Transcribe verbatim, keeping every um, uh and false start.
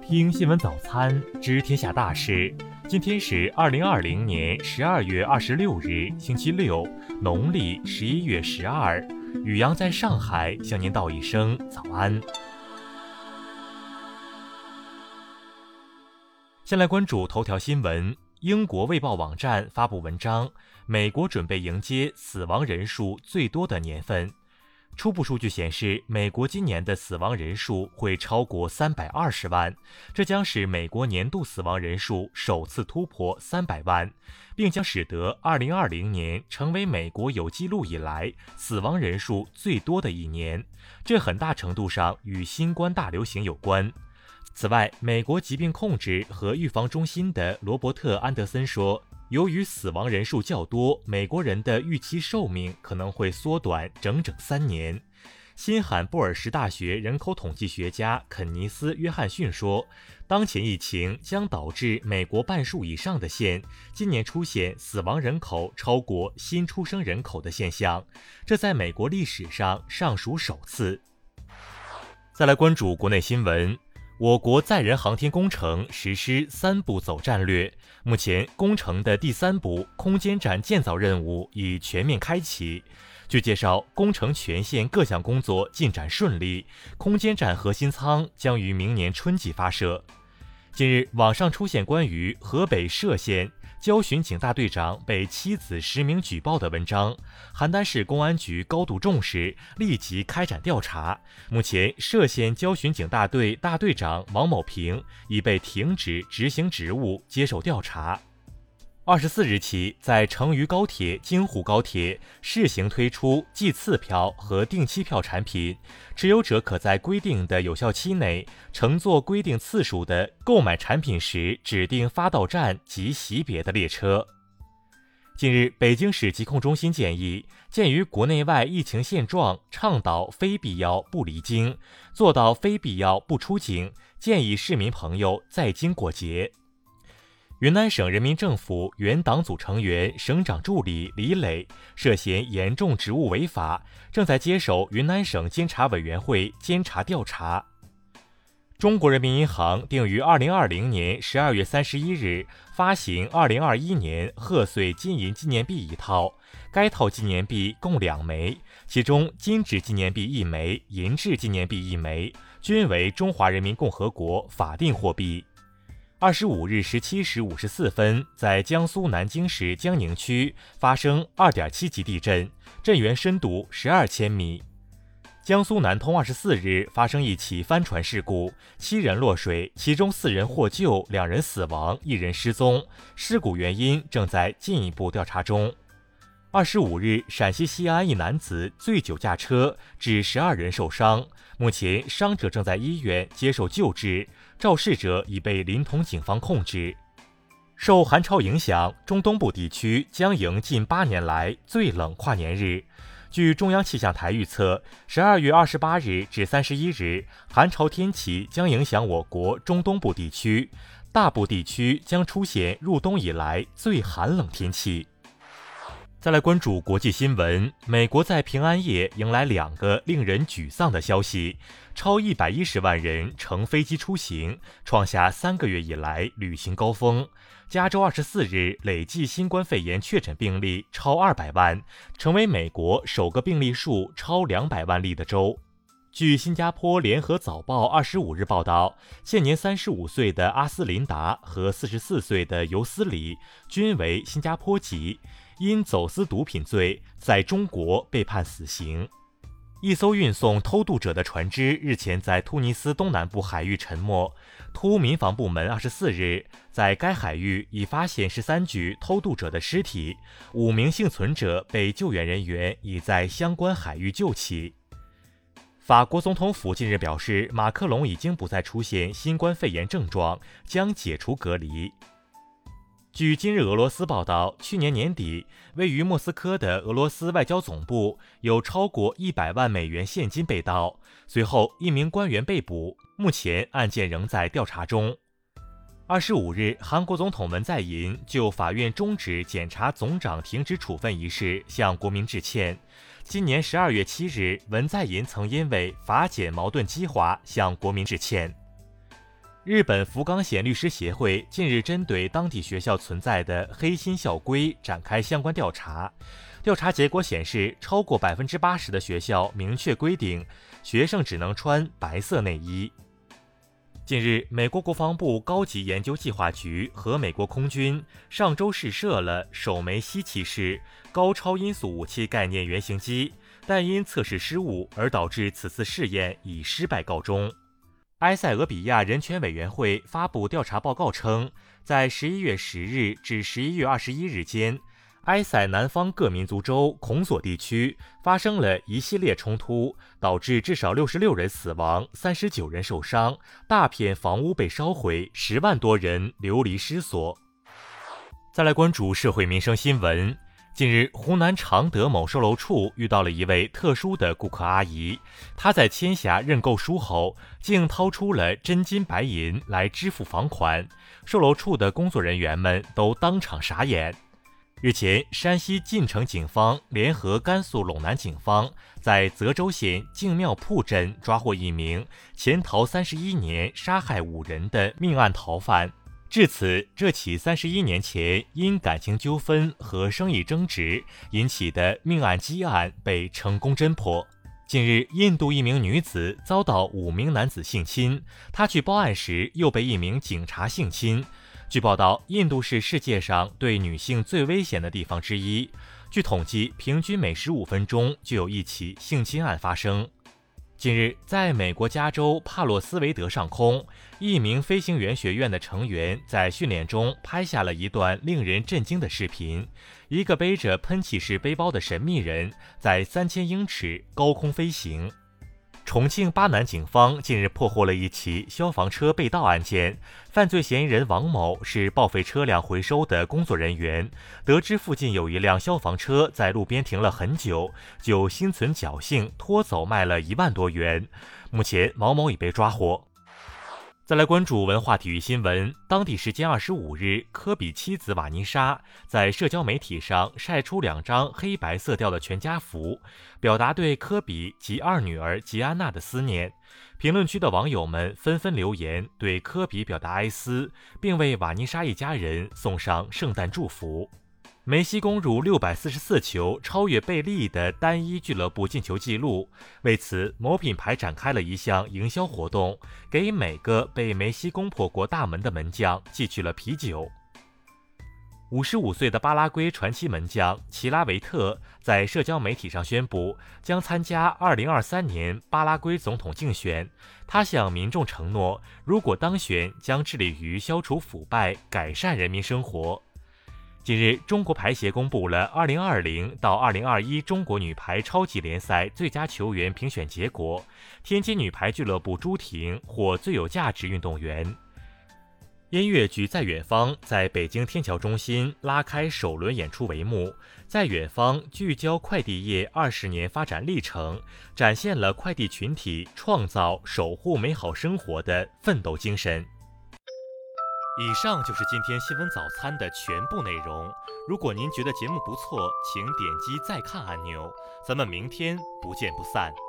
听新闻早餐，知天下大事。今天是二零二零年十二月二十六日，星期六，农历十一月十二。宇阳在上海向您道一声早安。先来关注头条新闻。英国卫报网站发布文章，美国准备迎接死亡人数最多的年份。初步数据显示，美国今年的死亡人数会超过三百二十万，这将使美国年度死亡人数首次突破三百万，并将使得二零二零年成为美国有记录以来死亡人数最多的一年。这很大程度上与新冠大流行有关。此外，美国疾病控制和预防中心的罗伯特·安德森说，由于死亡人数较多，美国人的预期寿命可能会缩短整整三年。新罕布尔什大学人口统计学家肯尼斯·约翰逊说，当前疫情将导致美国半数以上的县今年出现死亡人口超过新出生人口的现象，这在美国历史上尚属首次。再来关注国内新闻。我国载人航天工程实施三步走战略，目前工程的第三步空间站建造任务已全面开启。据介绍，工程全线各项工作进展顺利，空间站核心舱将于明年春季发射。近日，网上出现关于河北涉县交巡警大队长被妻子实名举报的文章，邯郸市公安局高度重视，立即开展调查。目前，涉县交巡警大队大队长王某平已被停止执行职务，接受调查。二十四日起，在成渝高铁、京沪高铁试行推出计次票和定期票产品，持有者可在规定的有效期内乘坐规定次数的购买产品时指定发到站及级别的列车。近日，北京市疾控中心建议，鉴于国内外疫情现状，倡导非必要不离京，做到非必要不出境，建议市民朋友在京过节。云南省人民政府原党组成员、省长助理李磊涉嫌严重职务违法，正在接受云南省监察委员会监察调查。中国人民银行定于二零二零年十二月三十一日发行二零二一年贺岁金银纪念币一套，该套纪念币共两枚，其中金质纪念币一枚，银质纪念币一枚，均为中华人民共和国法定货币。二十五日十七时五十四分，在江苏南京市江宁区发生 二点七 级地震，震源深度十二千米。江苏南通二十四日发生一起帆船事故，七人落水，其中四人获救，两人死亡，一人失踪，事故原因正在进一步调查中。二十五日，陕西西安一男子醉酒驾车，致十二人受伤，目前伤者正在医院接受救治，肇事者已被临潼警方控制。受寒潮影响，中东部地区将迎近八年来最冷跨年日。据中央气象台预测，十二月二十八日至三十一日，寒潮天气将影响我国中东部地区，大部地区将出现入冬以来最寒冷天气。再来关注国际新闻，美国在平安夜迎来两个令人沮丧的消息，超一百一十万人乘飞机出行，创下三个月以来旅行高峰。加州二十四日累计新冠肺炎确诊病例超二百万，成为美国首个病例数超两百万例的州。据新加坡联合早报二十五日报道，现年三十五岁的阿斯琳达和四十四岁的尤斯里均为新加坡籍，因走私毒品罪在中国被判死刑。一艘运送偷渡者的船只日前在突尼斯东南部海域沉没，突民防部门二十四日在该海域已发现十三具偷渡者的尸体，五名幸存者被救援人员已在相关海域救起。法国总统府近日表示，马克龙已经不再出现新冠肺炎症状，将解除隔离。据今日俄罗斯报道，去年年底，位于莫斯科的俄罗斯外交总部有超过一百万美元现金被盗，随后一名官员被捕，目前案件仍在调查中。二十五日，韩国总统文在寅就法院终止检察总长停职处分一事向国民致歉。今年十二月七日，文在寅曾因为法检矛盾激化向国民致歉。 日本福冈县律师协会近日针对当地学校存在的黑心校规展开相关调查。调查结果显示，超过百分之八十的学校明确规定，学生只能穿白色内衣。近日，美国国防部高级研究计划局和美国空军上周试射了首枚西气式高超音速武器概念原型机，但因测试失误而导致此次试验以失败告终。埃塞俄比亚人权委员会发布调查报告称，在十一月十日至十一月二十一日间，埃塞南方各民族州孔索地区发生了一系列冲突，导致至少六十六人死亡，三十九人受伤，大片房屋被烧毁，十万多人流离失所。再来关注社会民生新闻。近日，湖南常德某售楼处遇到了一位特殊的顾客阿姨，她在签下认购书后，竟掏出了真金白银来支付房款，售楼处的工作人员们都当场傻眼。日前，山西晋城警方联合甘肃陇南警方，在泽州县敬庙铺镇抓获一名潜逃三十一年、杀害五人的命案逃犯。至此，这起三十一年前因感情纠纷和生意争执引起的命案积案被成功侦破。近日，印度一名女子遭到五名男子性侵，她去报案时又被一名警察性侵。据报道，印度是世界上对女性最危险的地方之一。据统计，平均每十五分钟就有一起性侵案发生。近日，在美国加州帕洛斯维德上空，一名飞行员学院的成员在训练中拍下了一段令人震惊的视频。一个背着喷气式背包的神秘人在三千英尺高空飞行。重庆巴南警方近日破获了一起消防车被盗案件，犯罪嫌疑人王某是报废车辆回收的工作人员，得知附近有一辆消防车在路边停了很久，就心存侥幸拖走卖了一万多元。目前王某已被抓获。再来关注文化体育新闻。当地时间二十五日，科比妻子瓦妮莎在社交媒体上晒出两张黑白色调的全家福，表达对科比及二女儿吉安娜的思念。评论区的网友们纷纷留言，对科比表达哀思，并为瓦妮莎一家人送上圣诞祝福。梅西攻入六百四十四球，超越贝利的单一俱乐部进球纪录。为此，某品牌展开了一项营销活动，给每个被梅西攻破过大门的门将寄去了啤酒。五十五岁的巴拉圭传奇门将齐拉维特在社交媒体上宣布将参加二零二三年巴拉圭总统竞选。他向民众承诺，如果当选，将致力于消除腐败，改善人民生活。近日，中国排协公布了二零二零到二零二一中国女排超级联赛最佳球员评选结果，天津女排俱乐部朱婷获最有价值运动员。音乐剧《在远方》在北京天桥中心拉开首轮演出帷幕。在远方聚焦快递业二十年发展历程，展现了快递群体创造、守护美好生活的奋斗精神。以上就是今天新闻早餐的全部内容。如果您觉得节目不错，请点击再看按钮。咱们明天不见不散。